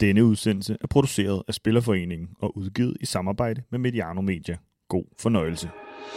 Denne udsendelse er produceret af Spillerforeningen og udgivet i samarbejde med Mediano Media. God fornøjelse.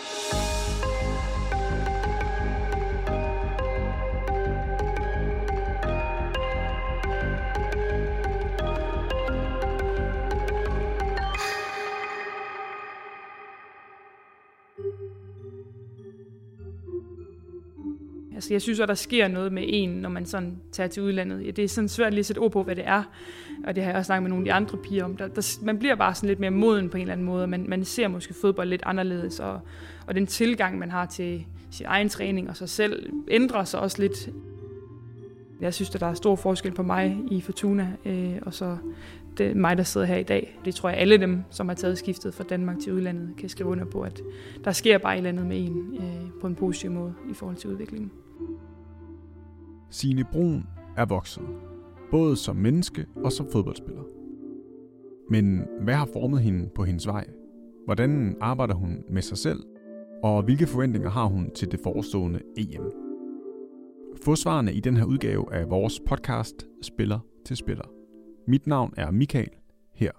Altså, jeg synes, at der sker noget med en, når man sådan tager til udlandet. Ja, det er sådan svært lige at sætte ord på, hvad det er. Og det har jeg også snakket med nogle af de andre piger om. Man bliver bare sådan lidt mere moden på en eller anden måde. Man ser måske fodbold lidt anderledes. Og den tilgang, man har til sin egen træning og sig selv, ændrer sig også lidt. Jeg synes, at der er stor forskel på mig i Fortuna, og så det mig, der sidder her i dag. Det tror jeg, alle dem, som har taget skiftet fra Danmark til udlandet, kan skrive under på, at der sker bare et eller andet med en på en positiv måde i forhold til udviklingen. Signe Bruun er vokset, både som menneske og som fodboldspiller. Men hvad har formet hende på hendes vej? Hvordan arbejder hun med sig selv? Og hvilke forventninger har hun til det forestående EM? Få svarene i den her udgave af vores podcast Spiller til Spiller. Mit navn er Michael, her.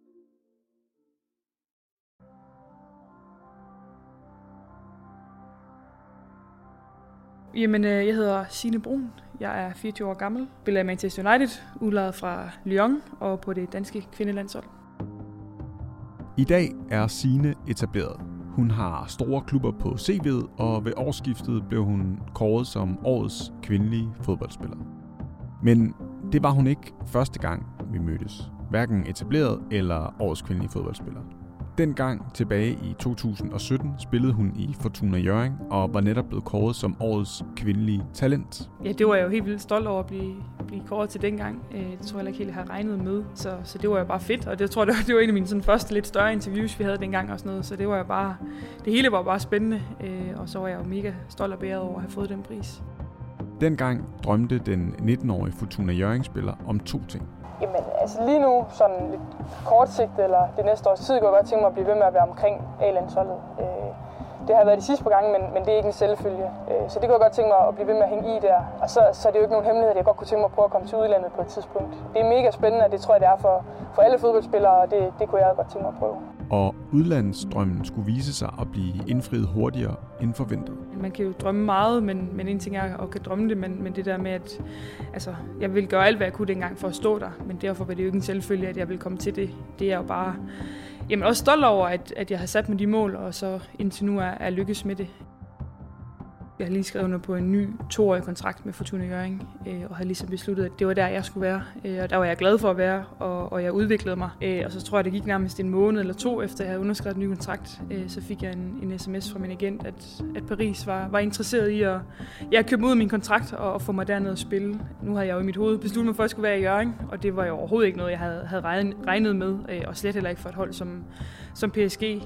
Jamen, jeg hedder Signe Bruun. Jeg er 24 år gammel. Spiller i Manchester United, udlejet fra Lyon og på det danske kvindelandshold. I dag er Signe etableret. Hun har store klubber på CV'et, og ved årsskiftet blev hun kåret som årets kvindelige fodboldspiller. Men det var hun ikke første gang, vi mødtes. Hverken etableret eller årets kvindelige fodboldspiller. Dengang tilbage i 2017 spillede hun i Fortuna Hjørring og var netop blevet kåret som årets kvindelige talent. Ja, det var jeg jo helt vildt stolt over at blive kåret til dengang. Det tror jeg ikke helt, jeg har regnet med. Så det var jo bare fedt, og det tror jeg, det var en af mine sådan første lidt større interviews, vi havde dengang og sådan noget. Så det var jo bare, det hele var bare spændende, og så var jeg jo mega stolt og beæret over at have fået den pris. Dengang drømte den 19-årige Fortuna Hjørring-spiller om to ting. Jamen, altså lige nu, sådan lidt kortsigtet, eller det næste års tid, kunne jeg godt tænke mig at blive ved med at være omkring A-landsholdet. Det har været de sidste par gange, men det er ikke en selvfølge. Så det kunne jeg godt tænke mig at blive ved med at hænge i der. Og så er det jo ikke nogen hemmelighed, at jeg godt kunne tænke mig at prøve at komme til udlandet på et tidspunkt. Det er mega spændende, og det tror jeg, det er for alle fodboldspillere, og det kunne jeg godt tænke mig at prøve. Og udlandsdrømmen skulle vise sig at blive indfriet hurtigere end forventet. Man kan jo drømme meget, men en ting er at kan drømme det, men det der med, at altså, jeg ville gøre alt, hvad jeg kunne dengang for at stå der, men derfor var det jo ikke en selvfølge, at jeg ville komme til det. Det er jo bare også stolt over, at jeg har sat mig de mål, og så indtil nu er lykkes med det. Jeg har lige skrevet under på en ny 2-årig kontrakt med Fortuna Hjørring, og havde ligesom besluttet, at det var der, jeg skulle være. Og der var jeg glad for at være, og jeg udviklede mig. Og så tror jeg, det gik nærmest en måned eller to, efter jeg havde underskrevet en ny kontrakt. Så fik jeg en sms fra min agent, at Paris var interesseret i at købe ud af min kontrakt og få mig derned at spille. Nu havde jeg jo i mit hoved besluttet mig for, at jeg skulle være i Hjørring, og det var jo overhovedet ikke noget, jeg havde regnet med, og slet heller ikke for et hold som PSG.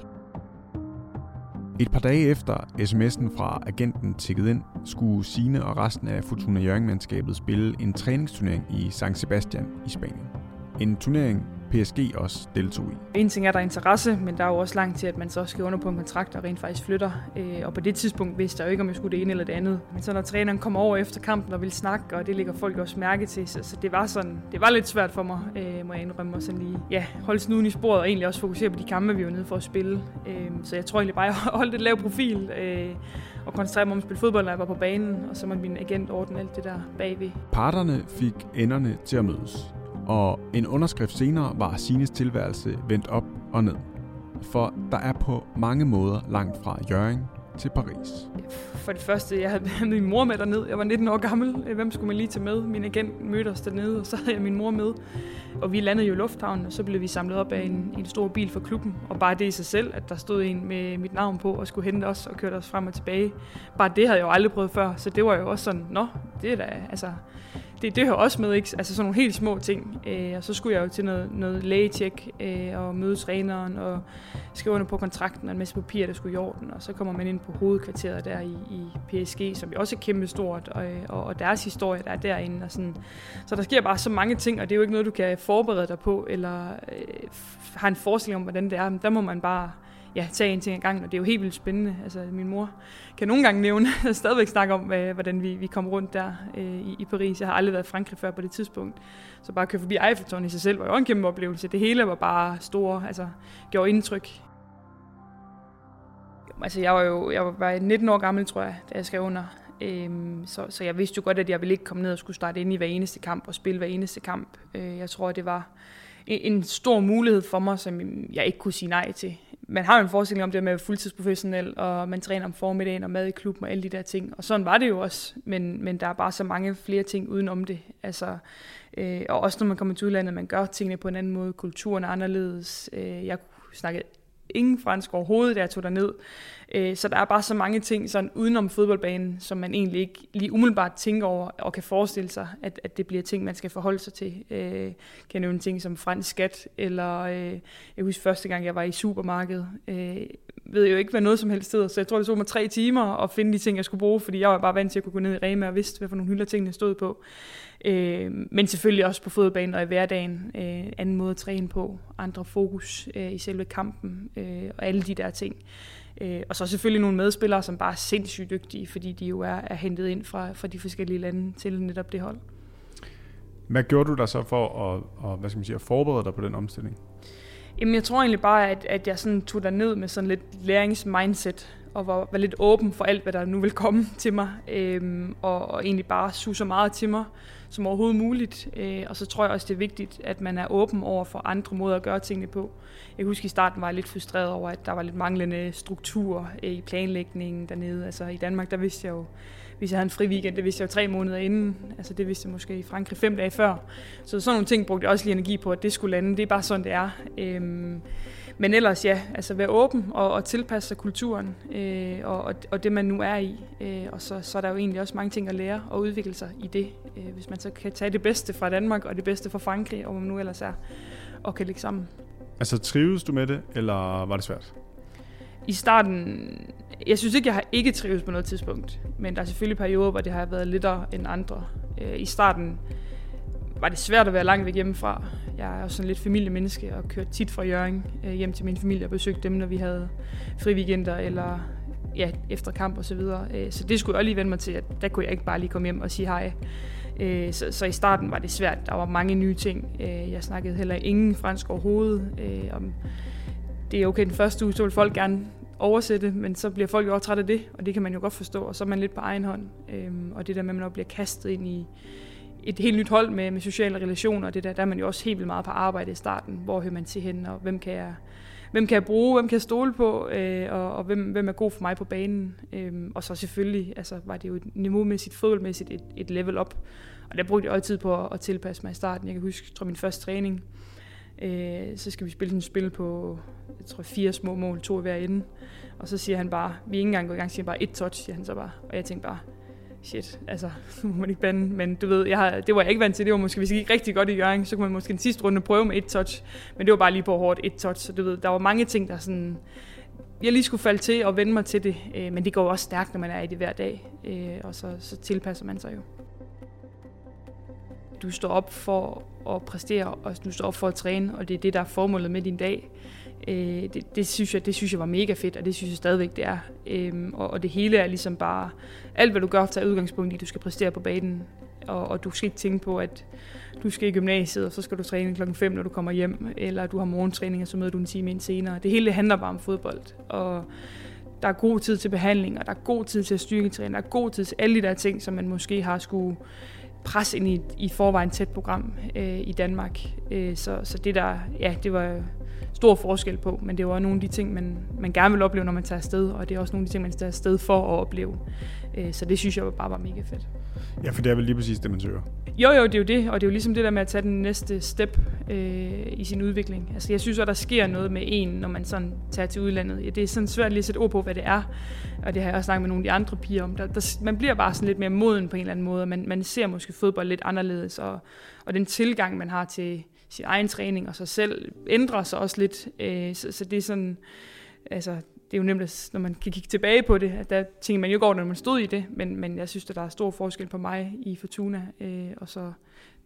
Et par dage efter sms'en fra agenten tikkede ind, skulle Signe og resten af Fortuna Hjørring-mandskabet spille en træningsturnering i San Sebastian i Spanien. En turnering, PSG også deltog i. En ting er, der er interesse, men der er jo også langt til, at man så skal under på en kontrakt og rent faktisk flytter. Og på det tidspunkt vidste jeg jo ikke, om jeg skulle det ene eller det andet. Men så når træneren kommer over efter kampen og ville snakke, og det lægger folk også mærke til, så det var lidt svært for mig, må jeg indrømme, og sådan lige holde snuden i sporet og egentlig også fokusere på de kampe, vi var nede for at spille. Så jeg tror egentlig bare, at jeg holdt et lav profil og koncentrerede mig om at spille fodbold, når jeg var på banen, og så måtte min agent ordne alt det der bagved. Parterne fik enderne til at mødes. Og en underskrift senere var Signes tilværelse vendt op og ned. For der er på mange måder langt fra Hjørring til Paris. For det første, jeg havde min mor med derned. Jeg var 19 år gammel. Hvem skulle man lige tage med? Min agent mødte os dernede, og så havde jeg min mor med. Og vi landede jo i lufthavnen, og så blev vi samlet op af en stor bil fra klubben. Og bare det i sig selv, at der stod en med mit navn på og skulle hente os og kørte os frem og tilbage. Bare det havde jeg jo aldrig prøvet før, så det var jo også sådan, det er da, altså... Det hører også med, ikke? Altså sådan nogle helt små ting. Og så skulle jeg jo til noget lægetjek og møde træneren og skrive under på kontrakten og en masse papirer, der skulle i orden. Og så kommer man ind på hovedkvarteret der i PSG, som jo også er kæmpe stort, og deres historie, der er derinde. Og sådan. Så der sker bare så mange ting, og det er jo ikke noget, du kan forberede dig på, eller har en forestilling om, hvordan det er. Men der må man bare tage en ting ad gangen, og det er jo helt vildt spændende. Altså, min mor kan nogle gange nævne, stadigvæk snakke om, hvordan vi kom rundt der i Paris. Jeg har aldrig været i Frankrig før på det tidspunkt, så bare at køre forbi Eiffeltårnet i sig selv var jo en kæmpe oplevelse. Det hele var bare store, altså gjorde indtryk. Altså, jeg var 19 år gammel, tror jeg, da jeg skrev under. Så jeg vidste jo godt, at jeg ville ikke komme ned og skulle starte ind i hver eneste kamp og spille hver eneste kamp. Jeg tror, at det var en stor mulighed for mig, som jeg ikke kunne sige nej til. Man har jo en forestilling om det med at være fuldtidsprofessionel, og man træner om formiddagen og mad i klubben og alle de der ting. Og sådan var det jo også, men der er bare så mange flere ting udenom det. Altså, og også når man kommer til udlandet, man gør tingene på en anden måde. Kulturen er anderledes. Jeg snakkede ingen fransk overhovedet, da jeg tog derned. Så der er bare så mange ting sådan udenom fodboldbanen, som man egentlig ikke lige umiddelbart tænker over og kan forestille sig, at det bliver ting, man skal forholde sig til. Kan jeg nævne ting som fransk skat, eller jeg husker første gang, jeg var i supermarkedet. Ved jo ikke, hvad noget som helst sted, så jeg tror, det tog mig 3 timer at finde de ting, jeg skulle bruge, fordi jeg var bare vant til at kunne gå ned i Rema og vidste, hvad for nogle hylder tingene stod på. Men selvfølgelig også på fodboldbanen og i hverdagen. Anden måde at træne på, andre fokus i selve kampen og alle de der ting. Og så selvfølgelig nogle medspillere, som bare er sindssygt dygtige, fordi de jo er hentet ind fra de forskellige lande til netop det hold. Hvad gjorde du der så for at forberede dig på den omstilling? Jamen, jeg tror egentlig bare, at jeg sådan tog der ned med sådan lidt læringsmindset, og var lidt åben for alt, hvad der nu vil komme til mig, og egentlig bare suge så meget til mig som overhovedet muligt. Og så tror jeg også, det er vigtigt, at man er åben over for andre måder at gøre tingene på. Jeg husker i starten var jeg lidt frustreret over, at der var lidt manglende struktur i planlægningen dernede. Altså i Danmark, der vidste jeg jo, hvis jeg havde en fri weekend, det vidste jeg jo 3 måneder inden. Altså det vidste jeg måske i Frankrig 5 dage før. Så sådan nogle ting brugte jeg også lige energi på, at det skulle lande. Det er bare sådan, det er. Men ellers ja, altså være åben og tilpasse sig kulturen og det, man nu er i. Og så er der jo egentlig også mange ting at lære og udvikle sig i det. Hvis man så kan tage det bedste fra Danmark og det bedste fra Frankrig, og hvad man nu ellers er, og kan lægge sammen. Altså trives du med det, eller var det svært? I starten, jeg synes ikke, jeg har ikke trives på noget tidspunkt, men der er selvfølgelig perioder, hvor det har været lettere end andre. I starten var det svært at være langt væk hjemmefra. Jeg er jo sådan lidt familiemenneske og kørte tit fra Hjørring hjem til min familie og besøgte dem, når vi havde fri weekender eller efter kamp og så videre. Så det skulle jeg også lige vende mig til, at der kunne jeg ikke bare lige komme hjem og sige hej. Så i starten var det svært. Der var mange nye ting. Jeg snakkede heller ingen fransk overhovedet. Det er okay den første uge, så vil folk gerne oversætte, men så bliver folk jo også træt af det, og det kan man jo godt forstå, og så er man lidt på egen hånd. Og det der med, at man også bliver kastet ind i et helt nyt hold med sociale relationer, det der er man jo også helt vildt meget på arbejde i starten. Hvor hører man til hen, og hvem kan jeg bruge, hvem kan jeg stole på, og hvem er god for mig på banen. Og så selvfølgelig var det jo et niveaumæssigt, fodboldmæssigt et level up. Og der brugte jeg også tid på at tilpasse mig i starten. Jeg kan huske, min første træning, så skal vi spille et spil på, jeg tror 4 små mål, 2 i hver ende. Og så siger han bare, vi er ikke engang gået i gang, siger han bare 1 touch, siger han så bare. Og jeg tænkte bare, shit, altså, nu må man ikke bande, men du ved, det var jeg ikke vant til, det var måske, hvis det gik rigtig godt i Hjørring, så kunne man måske den sidste runde prøve med 1 touch, men det var bare lige på hårdt 1 touch, så du ved, der var mange ting, der sådan, jeg lige skulle falde til og vende mig til det, men det går jo også stærkt, når man er i det hver dag, og så tilpasser man sig jo. Du står op for at præstere, og du står op for at træne, og det er det, der er formålet med din dag. Det synes jeg var mega fedt, og det synes jeg stadigvæk, det er. Og det hele er ligesom bare, alt hvad du gør, tager udgangspunkt i, du skal præstere på banen. Og du skal ikke tænke på, at du skal i gymnasiet, og så skal du træne klokken 5, når du kommer hjem, eller du har morgentræning, og så møder du en time ind senere. Det hele handler bare om fodbold, og der er god tid til behandling, og der er god tid til at styrketræne, der er god tid til alle de der ting, som man måske har skulle presse ind i forvejen tæt program i Danmark. Så det der, ja, det var stor forskel på, men det var nogle af de ting, man gerne vil opleve, når man tager afsted, og det er også nogle af de ting, man tager afsted for at opleve. Så det synes jeg bare var mega fedt. Ja, for det er vel lige præcis det, man søger. Jo, det er jo det, og det er jo ligesom det der med at tage den næste step i sin udvikling. Altså jeg synes at der sker noget med en, når man sådan tager til udlandet. Ja, det er sådan svært lige at sætte ord på, hvad det er, og det har jeg også snakket med nogle af de andre piger om. Man bliver bare sådan lidt mere moden på en eller anden måde, og man ser måske fodbold lidt anderledes, og den tilgang, man har til sin egen træning og sig selv, ændrer sig også lidt. Så det er sådan, altså det er jo nemt, når man kan kigge tilbage på det, at der tænker man jo går, når man stod i det, men jeg synes, at der er stor forskel på mig i Fortuna, og så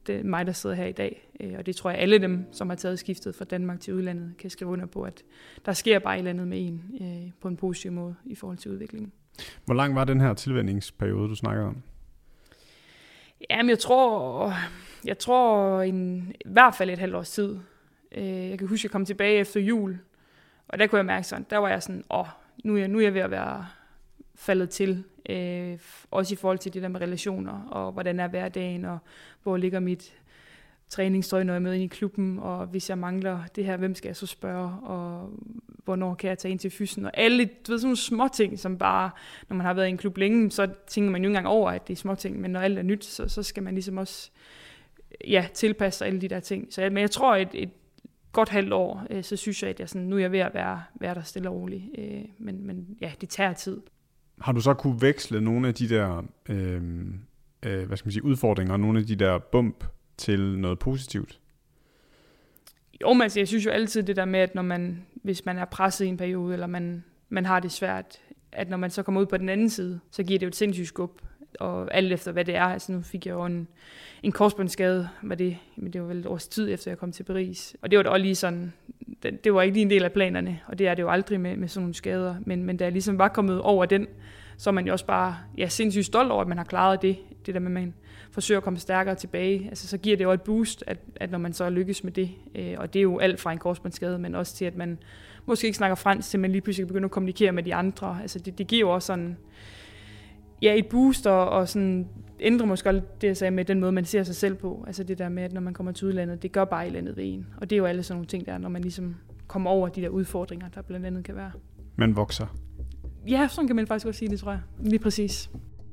det er mig, der sidder her i dag. Og det tror jeg, alle dem, som har taget skiftet fra Danmark til udlandet, kan skrive under på, at der sker bare et eller andet med en på en positiv måde i forhold til udviklingen. Hvor lang var den her tilvænningsperiode, du snakker om? Jamen, jeg tror i hvert fald et halvt års tid. Jeg kan huske, at jeg kom tilbage efter jul, og der kunne jeg mærke sådan, der var jeg sådan, nu er jeg ved at være faldet til. Også i forhold til det der med relationer, og hvordan er hverdagen, og hvor ligger mit træningstøj, når jeg er med ind i klubben, og hvis jeg mangler det her, hvem skal jeg så spørge, og hvornår kan jeg tage ind til fysen, og alle, sådan nogle små ting, som bare, når man har været i en klub længe, så tænker man jo ikke engang over, at det er små ting, men når alt er nyt, så skal man ligesom også tilpasse sig alle de der ting. Men jeg tror, et godt halvt år, så synes jeg, at nu er jeg ved at være der stille og roligt, men ja, det tager tid. Har du så kunne veksle nogle af de der udfordringer, nogle af de der bump til noget positivt? Jo, men altså, jeg synes jo altid det der med, at hvis man er presset i en periode, eller man har det svært, at når man så kommer ud på den anden side, så giver det jo et sindssygt skub. Og alt efter hvad det er, altså nu fik jeg jo en korsbåndsskade, men det var vel et års tid efter jeg kom til Paris. Og det var da også lige sådan, det var ikke lige en del af planerne, og det er det jo aldrig med sådan nogle skader. Men da jeg ligesom var kommet over den, så er man jo også bare sindssygt stolt over, at man har klaret det der med, at man forsøger at komme stærkere tilbage. Altså så giver det jo et boost, at når man så lykkes med det, og det er jo alt fra en korsbåndsskade, men også til at man måske ikke snakker fransk, til man lige pludselig begynder at kommunikere med de andre. Altså det giver jo også sådan et boost, og sådan ændrer måske det, jeg sagde med den måde, man ser sig selv på. Altså det der med, at når man kommer til udlandet, det gør bare et eller andet ved en. Og det er jo alle sådan nogle ting der, når man ligesom kommer over de der udfordringer, der blandt andet kan være. Man vokser. Ja, sådan kan man faktisk godt sige det, tror jeg. Lige præcis.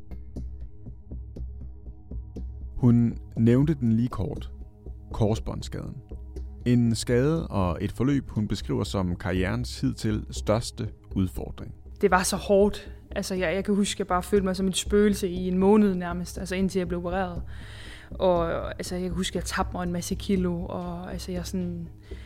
Hun nævnte den lige kort. Korsbåndsskaden. En skade og et forløb, hun beskriver som karrierens hidtil største udfordring. Det var så hårdt. Altså, jeg kan huske, at jeg bare følte mig som et spøgelse i en måned nærmest, altså indtil jeg blev opereret. Og altså, jeg kan huske, at jeg tabte mig en masse kilo, og altså, jeg sådan...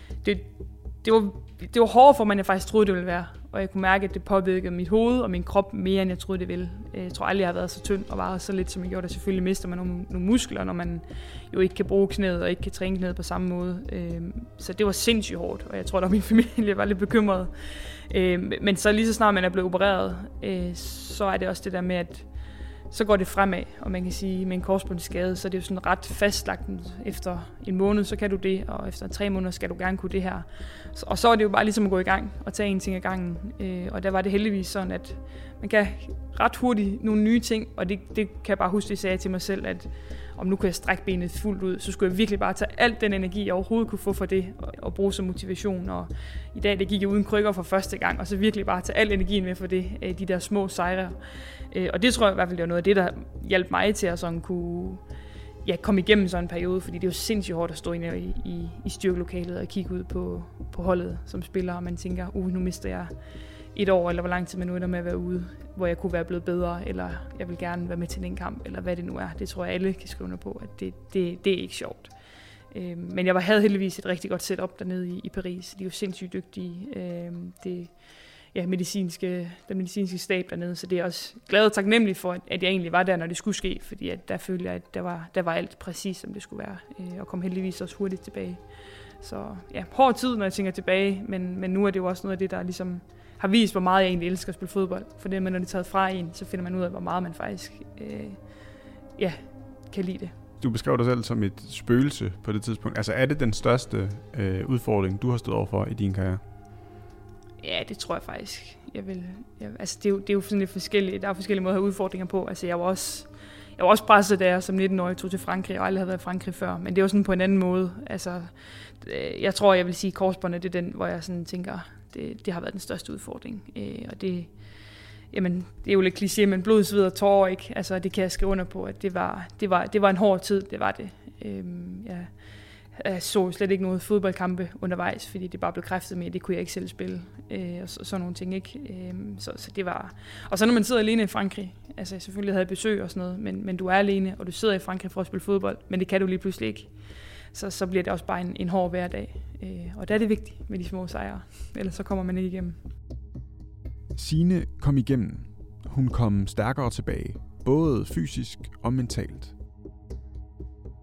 Det var hårdere for mig, end jeg faktisk troede, det ville være. Og jeg kunne mærke, at det påvirkede mit hoved og min krop mere, end jeg troede, det ville. Jeg tror aldrig, jeg har været så tynd og vejet så lidt, som jeg gjorde. Og selvfølgelig mister man nogle muskler, når man jo ikke kan bruge knæet og ikke kan træne knæet på samme måde. Så det var sindssygt hårdt, og jeg tror, at min familie var lidt bekymret. Men så lige så snart man er blevet opereret, så er det også det der med, at så går det fremad, og man kan sige, med en korsbåndsskade, så er det jo sådan ret fastlagt. Efter en måned, så kan du det, og efter 3 måneder skal du gerne kunne det her. Og så er det jo bare ligesom at gå i gang og tage en ting ad gangen. Og der var det heldigvis sådan, at man kan ret hurtigt nogle nye ting, og det kan jeg bare huske, det sagde jeg til mig selv, at om nu kan jeg strække benet fuldt ud, så skulle jeg virkelig bare tage al den energi, jeg overhovedet kunne få for det, og bruge som motivation. Og i dag, det gik jeg uden krykker for første gang, og så virkelig bare tage al energien med for det, de der små sejre. Og det tror jeg i hvert fald, det var noget af det, der hjalp mig til at sådan kunne komme igennem sådan en periode, fordi det er jo sindssygt hårdt at stå inde i styrkelokalet og kigge ud på holdet som spiller, og man tænker, nu mister jeg 1 år, eller hvor lang tid man nu ender med at være ude, hvor jeg kunne være blevet bedre, eller jeg vil gerne være med til den kamp, eller hvad det nu er. Det tror jeg, alle kan skrive under på, at det er ikke sjovt. Men jeg havde heldigvis et rigtig godt setup dernede i Paris. De er jo sindssygt dygtige. Den medicinske stab dernede, så det er også glad og taknemmelig for, at jeg egentlig var der, når det skulle ske, fordi at der følte jeg, at der var alt præcis, som det skulle være, og kom heldigvis også hurtigt tilbage. Så hård tid, når jeg tænker tilbage, men nu er det jo også noget af det, der ligesom har vist, hvor meget jeg egentlig elsker at spille fodbold. For det, når det er taget fra en, så finder man ud af, hvor meget man faktisk kan lide det. Du beskrev dig selv som et spøgelse på det tidspunkt. Altså er det den største udfordring, du har stået overfor i din karriere? Ja, det tror jeg faktisk. Det er jo sådan lidt forskelligt. Der er forskellige måder at have udfordringer på. Altså jeg var også presset, da jeg som 19-årig tog til Frankrig, og aldrig havde været i Frankrig før. Men det er jo sådan på en anden måde. Altså, jeg tror, jeg vil sige, at korsbåndet, det er den, hvor jeg sådan tænker, det har været den største udfordring. Og det er jo lidt kliché, men blod, sved og tårer, ikke? Altså, det kan jeg skrive under på, at det var en hård tid, det var det. Jeg så slet ikke noget fodboldkampe undervejs, fordi det bare blev kræftet med, at det kunne jeg ikke selv spille, og sådan nogle ting, ikke? Så det var... Og så når man sidder alene i Frankrig, altså selvfølgelig havde jeg besøg og sådan noget, men du er alene, og du sidder i Frankrig for at spille fodbold, men det kan du lige pludselig ikke. Så bliver det også bare en hård hverdag, og der er det vigtigt med de små sejre, ellers så kommer man ikke igennem. Signe kom igennem. Hun kom stærkere tilbage, både fysisk og mentalt.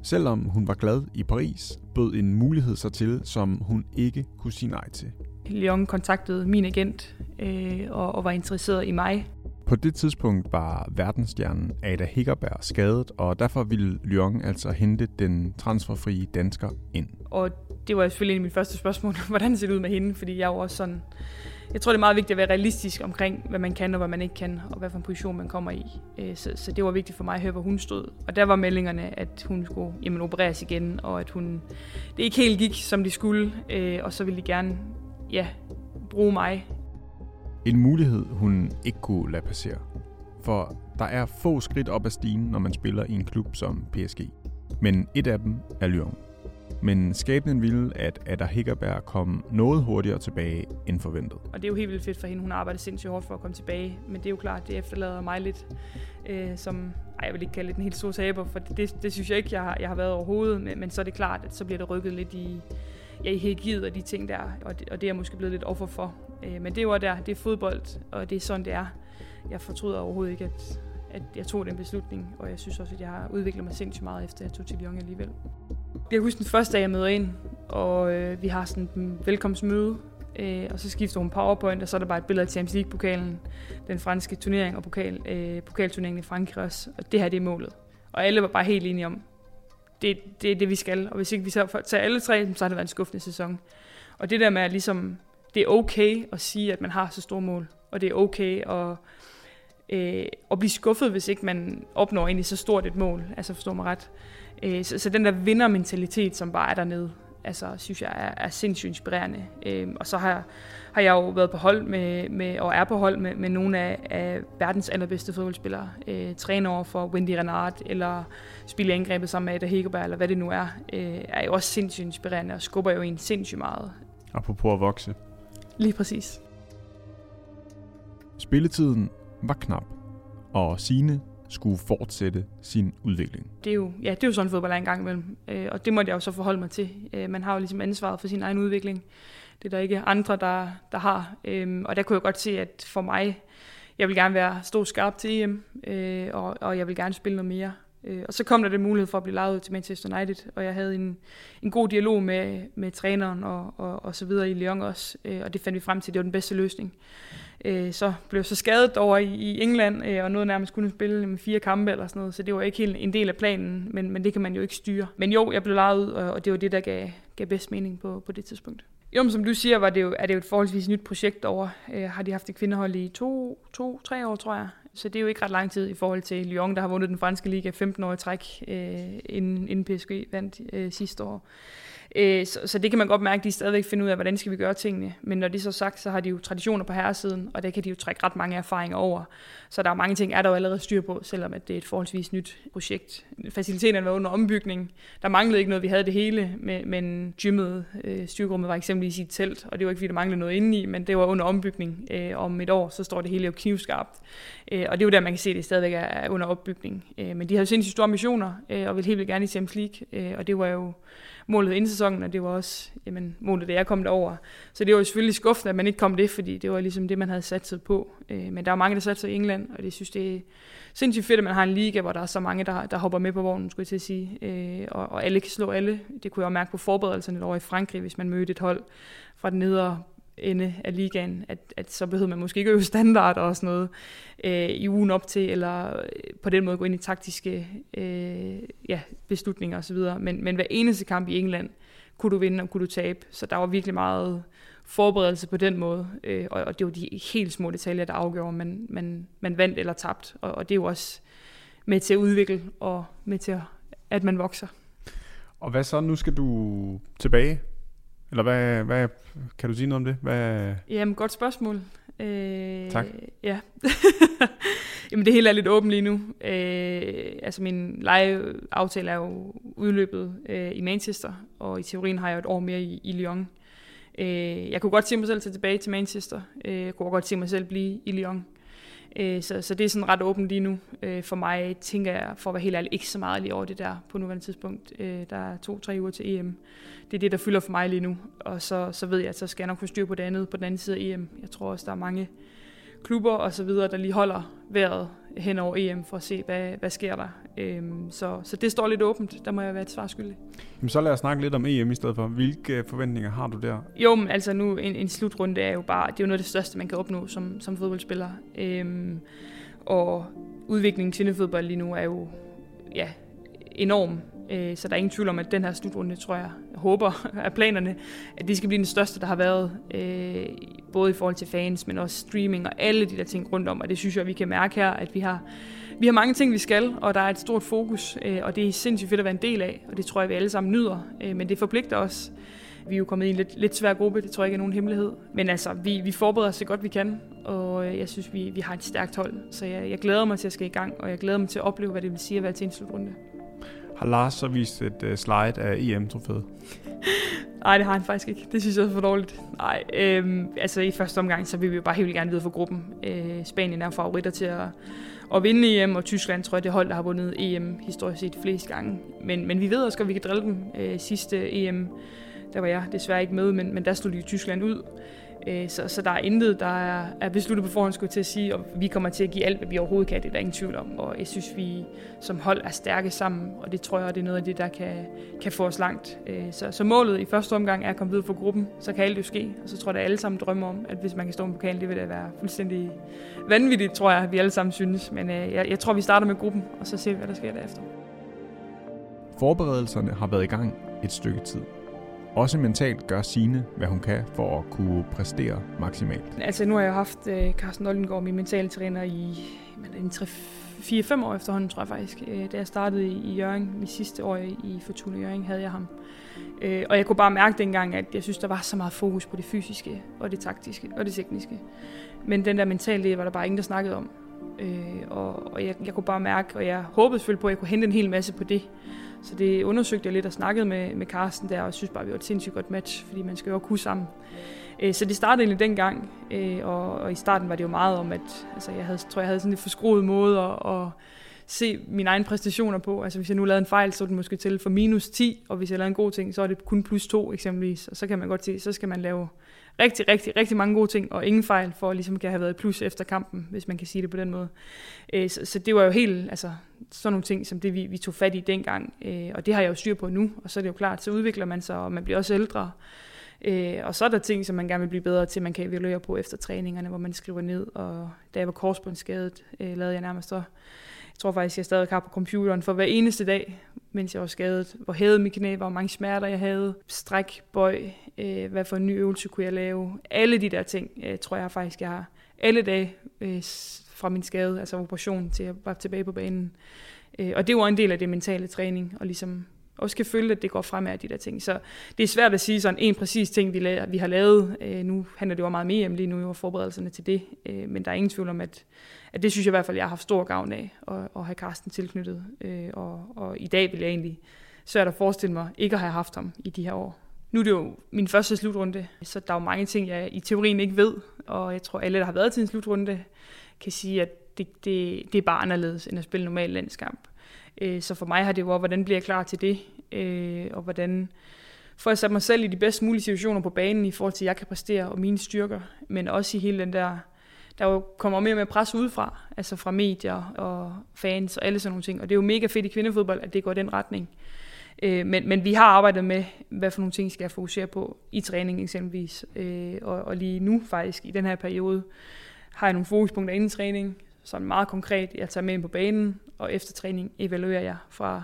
Selvom hun var glad i Paris, bød en mulighed sig til, som hun ikke kunne sige nej til. Lyon kontaktede min agent og var interesseret i mig. På det tidspunkt var verdensstjernen Ada Hegerberg skadet, og derfor ville Lyon altså hente den transferfrie dansker ind. Og det var selvfølgelig mit første spørgsmål, hvordan ser det ud med hende, fordi jeg er jo også sådan... Jeg tror, det er meget vigtigt at være realistisk omkring, hvad man kan og hvad man ikke kan, og hvad for en position man kommer i. Så det var vigtigt for mig at høre, hvor hun stod. Og der var meldingerne, at hun skulle opereres igen, og at det ikke helt gik, som de skulle, og så ville de gerne bruge mig. En mulighed, hun ikke kunne lade passere. For der er få skridt op ad stigen, når man spiller i en klub som PSG. Men et af dem er Lyon. Men skæbnen ville, at Ada Hegerberg kom noget hurtigere tilbage end forventet. Og det er jo helt vildt fedt for hende. Hun har arbejdet sindssygt hårdt for at komme tilbage. Men det er jo klart, det efterlader mig lidt som... jeg vil ikke kalde det en helt stor taber, for det synes jeg ikke, jeg har været overhovedet. Men så er det klart, at så bliver det rykket lidt i hierarkiet og de ting der. Og det er jeg måske blevet lidt offer for. Men det er jo der, det er fodbold, og det er sådan, det er. Jeg fortryder overhovedet ikke, at jeg tog den beslutning. Og jeg synes også, at jeg har udviklet mig sindssygt meget, efter jeg tog til Lyon alligevel. Jeg husker den første dag, jeg møder ind, og vi har sådan en velkomstmøde, og så skifter hun PowerPoint, og så er der bare et billede af Champions League-pokalen, den franske turnering og pokalturneringen i Frankrig også, og det her, det er målet. Og alle var bare helt enige om, det er det, vi skal, og hvis ikke vi så tager alle tre, så har det været en skuffende sæson. Og det der med, at ligesom, det er okay at sige, at man har så store mål, og det er okay at blive skuffet, hvis ikke man opnår egentlig så stort et mål, altså forstår mig ret. Så den der vindermentalitet, som bare er dernede, altså, synes jeg er sindssygt inspirerende. Og så har jeg jo været på hold med og er på hold med nogle af verdens allerbedste fodboldspillere. Træner over for Wendy Renard, eller spille angrebet sammen med Ada Hegerberg, eller hvad det nu er jo også sindssygt inspirerende og skubber jo en sindssygt meget. Apropos at vokse. Lige præcis. Spilletiden var knap, og Signe skulle fortsætte sin udvikling. Det er jo sådan fodbold er en gang imellem, og det måtte jeg jo så forholde mig til. Man har jo ligesom ansvaret for sin egen udvikling. Det er der ikke andre, der har. Og der kunne jeg godt se, at for mig, jeg vil gerne stå skarp til EM, og jeg vil gerne spille noget mere. Og så kom der den mulighed for at blive lejet ud til Manchester United, og jeg havde en god dialog med træneren og så videre i Lyon også, og det fandt vi frem til, det var den bedste løsning. Så blev jeg så skadet over i England, og nåede nærmest kunne spille med 4 kampe eller sådan noget, så det var ikke helt en del af planen, men det kan man jo ikke styre. Men jo, jeg blev lejet ud, og det var det, der gav bedst mening på det tidspunkt. Jo, men som du siger, er det jo et forholdsvis nyt projekt over. Har de haft et kvindehold i 2-3 år, tror jeg. Så det er jo ikke ret lang tid i forhold til Lyon, der har vundet den franske liga 15 år i træk, inden PSG vandt sidste år. Så det kan man godt mærke, at de stadigvæk finder ud af, hvordan skal vi gøre tingene. Men når det er så sagt, så har de jo traditioner på herresiden, og der kan de jo trække ret mange erfaringer over. Så der er mange ting, der jo allerede styr på, selvom at det er et forholdsvis nyt projekt. Faciliteterne var under ombygning. Der manglede ikke noget, vi havde det hele, men gymmet, styrkerummet var eksempelvis i et telt, og det var ikke fordi, der manglede noget indeni, men det var under ombygning. Om et år, så står det hele jo knivskarpt. Og det er jo der, man kan se, at det stadigvæk er under opbygning. Men de har jo sindssygt store ambitioner, og vil helt vildt gerne i Champions League, og det var jo målet inden sæsonen, og det var også målet, da jeg kom derover. Så det var jo selvfølgelig skuffende, at man ikke kom det, fordi det var ligesom det, man havde satset på. Men der er mange, der satser i England, og det synes, det er sindssygt fedt, at man har en liga, hvor der er så mange, der hopper med på vognen, skulle jeg til at sige. Og alle kan slå alle. Det kunne jeg jo mærke på forberedelserne over i Frankrig, hvis man mødte et hold fra den nedre ende af ligaen, at så behøver man måske ikke øve standard og sådan noget i ugen op til, eller på den måde gå ind i taktiske beslutninger osv. Men hver eneste kamp i England kunne du vinde og kunne du tabe, så der var virkelig meget forberedelse på den måde, og det var de helt små detaljer, der afgjorde, om man vandt eller tabt, og det er jo også med til at udvikle og med til at man vokser. Og hvad så? Nu skal du tilbage? Eller hvad kan du sige noget om det? Jamen, godt spørgsmål. Tak. Ja. Jamen, det hele er lidt åbent lige nu. Altså, min lejeaftale er jo udløbet i Manchester, og i teorien har jeg et år mere i Lyon. Jeg kunne godt se mig selv tage tilbage til Manchester. Jeg kunne godt se mig selv blive i Lyon. Så det er sådan ret åbent lige nu. For mig tænker jeg, for at være helt ærlig, ikke så meget lige over det der på nuværende tidspunkt. Der er 2-3 uger til EM. Det er det, der fylder for mig lige nu. Og så ved jeg, at så skal jeg nok få styr på det andet på den anden side af EM. Jeg tror også, der er mange klubber og så videre, der lige holder vejret hen over EM for at se, hvad sker der. Så det står lidt åbent. Der må jeg være et svar skyldig. Jamen, så lad os snakke lidt om EM i stedet for. Hvilke forventninger har du der? Jo, men altså nu en slutrunde er jo bare, det er jo noget af det største, man kan opnå som fodboldspiller. Og udviklingen i kvindefodbold lige nu er jo enorm. Så der er ingen tvivl om, at den her slutrunde, tror jeg håber, af planerne, at det skal blive den største, der har været, både i forhold til fans, men også streaming og alle de der ting rundt om. Og det synes jeg, vi kan mærke her, at vi har mange ting, vi skal, og der er et stort fokus, og det er sindssygt fedt at være en del af, og det tror jeg, vi alle sammen nyder, men det forpligter os. Vi er jo kommet i en lidt svær gruppe, det tror jeg ikke er nogen hemmelighed. Men altså, vi forbereder os så godt vi kan, og jeg synes, vi har et stærkt hold. Så jeg glæder mig til at skal i gang, og jeg glæder mig til at opleve, hvad det vil sige at være til en slutrunde. Har Lars så vist et slide af EM-trofæet? Nej, det har han faktisk ikke. Det synes jeg er for dårligt. Nej, altså i første omgang, så vil vi jo bare helt gerne videre for gruppen. Spanien er favoritter til at vinde EM, og Tyskland tror jeg, det hold, der har vundet EM historisk set flest gange. Men vi ved også godt, vi kan drille dem. Sidste EM, der var jeg desværre ikke med, men der stod de Tyskland ud. Så der er intet, der er besluttet på forhånd, skulle til at sige, og vi kommer til at give alt, hvad vi overhovedet kan, det er der ingen tvivl om. Og jeg synes, vi som hold er stærke sammen, og det tror jeg, det er noget af det, der kan få os langt. Så målet i første omgang er at komme videre for gruppen, så kan alt jo ske. Og så tror jeg, at alle sammen drømmer om, at hvis man kan stå med pokalen, det vil da være fuldstændig vanvittigt, tror jeg, vi alle sammen synes. Men jeg tror, vi starter med gruppen, og så ser vi, hvad der sker derefter. Forberedelserne har været i gang et stykke tid. Også mentalt gør Signe, hvad hun kan for at kunne præstere maksimalt. Altså nu har jeg haft Carsten Oldengaard, min mentale træner, i 4-5 år efterhånden, tror jeg faktisk. Da jeg startede i Hjørring, mit sidste år i Fortuna Hjørring, havde jeg ham. Og jeg kunne bare mærke dengang, at jeg synes, der var så meget fokus på det fysiske, og det taktiske, og det tekniske. Men den der mentale del var der bare ingen, der snakkede om. Og jeg kunne bare mærke, og jeg håbede selvfølgelig på, at jeg kunne hente en hel masse på det. Så det undersøgte jeg lidt og snakkede med Carsten der, og jeg synes bare, at vi var et sindssygt godt match, fordi man skal jo kunne sammen. Så det startede egentlig dengang, og i starten var det jo meget om, at altså, jeg havde sådan en forskruet måde at se mine egne præstationer på. Altså hvis jeg nu lavede en fejl, så var det måske til for -10, og hvis jeg lavede en god ting, så er det kun +2 eksempelvis. Og så kan man godt se, så skal man lave rigtig mange gode ting, og ingen fejl, for at ligesom kan have været et plus efter kampen, hvis man kan sige det på den måde. Så det var jo helt, altså sådan nogle ting, som det vi tog fat i dengang, og det har jeg jo styr på nu, og så er det jo klart, så udvikler man sig, og man bliver også ældre. Og så er der ting, som man gerne vil blive bedre til, man kan evaluere på efter træningerne, hvor man skriver ned, og da jeg var korsbåndsskadet, lavede jeg nærmest så. Jeg tror faktisk, jeg stadig har på computeren for hver eneste dag, mens jeg var skadet. Hvor hævede mit knæ, hvor mange smerter jeg havde, stræk, bøj, hvad for en ny øvelse kunne jeg lave. Alle de der ting, tror jeg faktisk, jeg har alle dage fra min skade, altså operation, til jeg var tilbage på banen. Og det var en del af det mentale træning, og ligesom også kan føle, at det går fremad af de der ting. Så det er svært at sige sådan en præcis ting, vi har lavet. Nu handler det jo meget mere om lige nu, og forberedelserne til det. Men der er ingen tvivl om, at det synes jeg i hvert fald, jeg har haft stor gavn af at have Carsten tilknyttet. Og i dag vil jeg egentlig svært at forestille mig ikke at have haft ham i de her år. Nu er det jo min første slutrunde, så der er jo mange ting, jeg i teorien ikke ved. Og jeg tror, alle, der har været til en slutrunde, kan sige, at det er bare anderledes end at spille normal landskamp. Så for mig har det jo været, hvordan bliver jeg klar til det, og hvordan får jeg sat mig selv i de bedst mulige situationer på banen i forhold til, at jeg kan præstere og mine styrker, men også i hele den der jo kommer mere og mere pres udefra, altså fra medier og fans og alle sådan nogle ting, og det er jo mega fedt i kvindefodbold, at det går i den retning. Men vi har arbejdet med, hvad for nogle ting skal jeg fokusere på i træning eksempelvis, og lige nu faktisk i den her periode har jeg nogle fokuspunkter inden træning, sådan meget konkret, jeg tager med ind på banen, og efter træning evaluerer jeg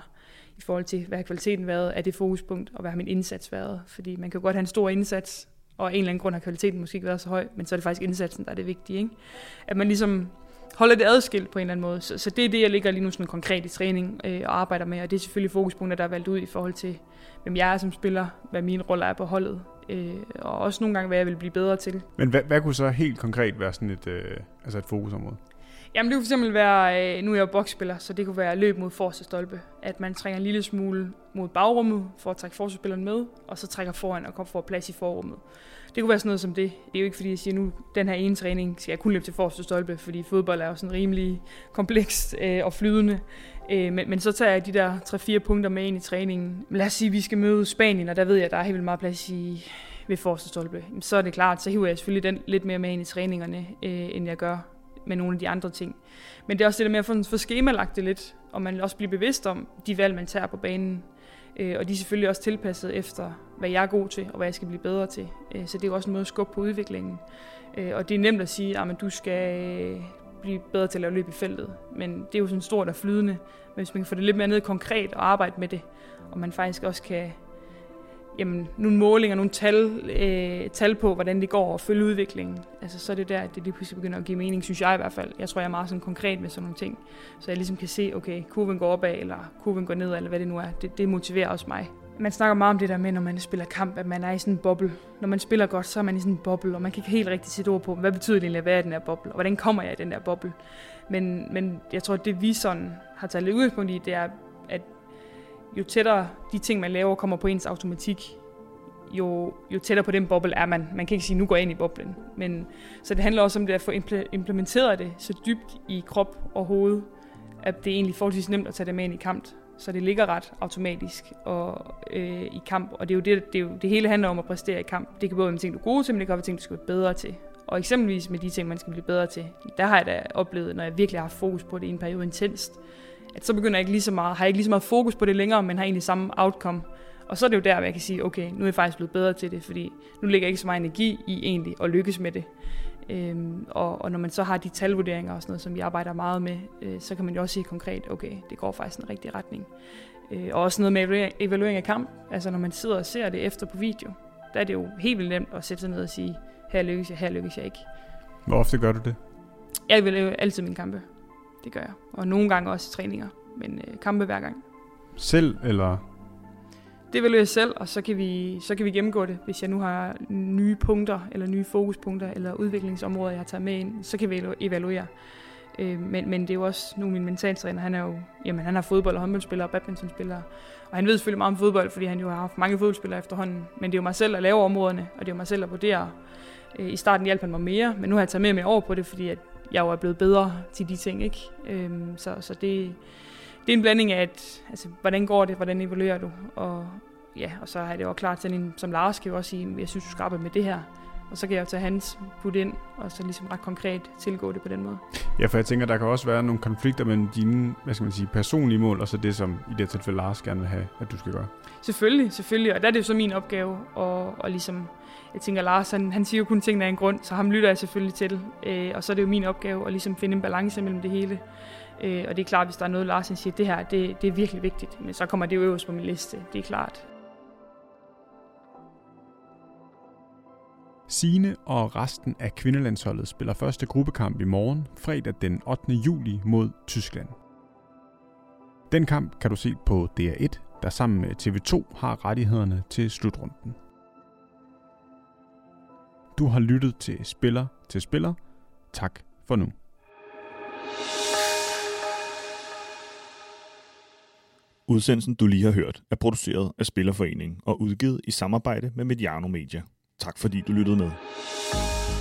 i forhold til, hvad har kvaliteten været af det fokuspunkt, og hvad har min indsats været. Fordi man kan godt have en stor indsats, og af en eller anden grund har kvaliteten måske ikke været så høj, men så er det faktisk indsatsen, der er det vigtige, ikke? At man ligesom holder det adskilt på en eller anden måde. Så det er det, jeg ligger lige nu sådan konkret i træning og arbejder med, og det er selvfølgelig fokuspunkter, der er valgt ud i forhold til, hvem jeg er som spiller, hvad mine roller er på holdet, og også nogle gange, hvad jeg vil blive bedre til. Men hvad kunne så helt konkret være sådan et fokusområde? Jamen det kunne fx være, nu er jeg jo boksspiller, så det kunne være løb mod forreste stolpe. At man trænger en lille smule mod bagrummet for at trække forsvarsspilleren med, og så trækker foran og får plads i forrummet. Det kunne være sådan noget som det. Det er jo ikke fordi, jeg siger, nu den her ene træning skal jeg kun løbe til forreste stolpe, fordi fodbold er jo sådan rimelig komplekst og flydende. Men så tager jeg de der 3-4 punkter med ind i træningen. Lad os sige, at vi skal møde Spanien, og der ved jeg, at der er helt vildt meget plads ved forreste stolpe. Så er det klart, så hiver jeg selvfølgelig den lidt mere med ind i træningerne, end jeg gør med nogle af de andre ting. Men det er også det der med at få skemalagt det lidt, og man også bliver bevidst om de valg, man tager på banen. Og de er selvfølgelig også tilpasset efter, hvad jeg er god til, og hvad jeg skal blive bedre til. Så det er jo også en måde at skubbe på udviklingen. Og det er nemt at sige, at du skal blive bedre til at lave løb i feltet. Men det er jo sådan stort og flydende. Men hvis man kan få det lidt mere ned konkret og arbejde med det, og man faktisk også kan nogle målinger, nogle tal på, hvordan det går og følge udviklingen, altså så er det der, at det lige pludselig begynder at give mening, synes jeg i hvert fald. Jeg tror, jeg er meget sådan konkret med sådan nogle ting, så jeg ligesom kan se, okay, kurven går opad, eller kurven går ned, eller hvad det nu er. Det motiverer også mig. Man snakker meget om det der med, når man spiller kamp, at man er i sådan en boble. Når man spiller godt, så er man i sådan en boble, og man kan ikke helt rigtigt sætte ord på, hvad betyder det egentlig at være i den her boble, og hvordan kommer jeg i den der boble. Men jeg tror, at det vi sådan har taget lidt udgangspunkt i, det er, at jo tættere de ting, man laver, kommer på ens automatik, jo tættere på den boble er man. Man kan ikke sige, nu går jeg ind i boblen. Så det handler også om det at få implementeret det så dybt i krop og hoved, at det er egentlig forholdsvis nemt at tage det med ind i kamp. Så det ligger ret automatisk i kamp. Og det er jo det hele handler om at præstere i kamp. Det kan både være ting, du er gode til, men det kan også være ting, du skal være bedre til. Og eksempelvis med de ting, man skal blive bedre til, der har jeg da oplevet, når jeg virkelig har fokus på det i en periode intenst, at så begynder jeg har jeg ikke lige så meget fokus på det længere, men har egentlig samme outcome. Og så er det jo der, hvor jeg kan sige, okay, nu er jeg faktisk blevet bedre til det, fordi nu ligger jeg ikke så meget energi i egentlig at lykkes med det. Og når man så har de talvurderinger og sådan noget, som vi arbejder meget med, så kan man jo også sige konkret, okay, det går faktisk i den rigtige retning. Og også noget med evaluering af kamp. Altså når man sidder og ser det efter på video, der er det jo helt vildt nemt at sætte sig ned og sige, her lykkes jeg ikke. Hvor ofte gør du det? Jeg evaluerer altid mine kampe. Det gør jeg. Og nogle gange også træninger, men kampe hver gang. Selv eller? Det evaluerer jeg selv, og så kan vi gennemgå det. Hvis jeg nu har nye punkter, eller nye fokuspunkter, eller udviklingsområder, jeg har taget med ind, så kan vi evaluere. Men det er jo også nu min mentaltræner, han er fodbold- og håndboldspiller og badmintonspiller. Og han ved selvfølgelig meget om fodbold, fordi han jo har haft mange fodboldspillere efterhånden. Men det er jo mig selv, der laver områderne, og det er jo mig selv, der vurderer. I starten hjalp han mig mere, men nu har jeg taget mere over på det, fordi at jeg jo er blevet bedre til de ting, ikke? Så det er en blanding af, hvordan går det, hvordan evaluerer du, og så er det jo klart til en, som Lars kan jo også sige, jeg synes, du skal arbejde med det her, og så kan jeg jo tage hans put ind, og så ligesom ret konkret tilgå det på den måde. Ja, for jeg tænker, der kan også være nogle konflikter mellem dine, personlige mål, og så det, som i det tilfælde Lars gerne vil have, at du skal gøre. Selvfølgelig, og der er det jo så min opgave, og ligesom, jeg tænker, Lars, han siger jo kun tingene af en grund, så ham lytter jeg selvfølgelig til, og så er det jo min opgave at ligesom finde en balance mellem det hele. Og det er klart, hvis der er noget, Lars siger, det her, det er virkelig vigtigt, men så kommer det jo øverst på min liste, det er klart. Signe og resten af kvindelandsholdet spiller første gruppekamp i morgen, fredag den 8. juli mod Tyskland. Den kamp kan du se på DR1, der sammen med TV2 har rettighederne til slutrunden. Du har lyttet til Spiller til Spiller. Tak for nu. Udsendelsen, du lige har hørt, er produceret af Spillerforeningen og udgivet i samarbejde med Mediano Media. Tak fordi du lyttede med.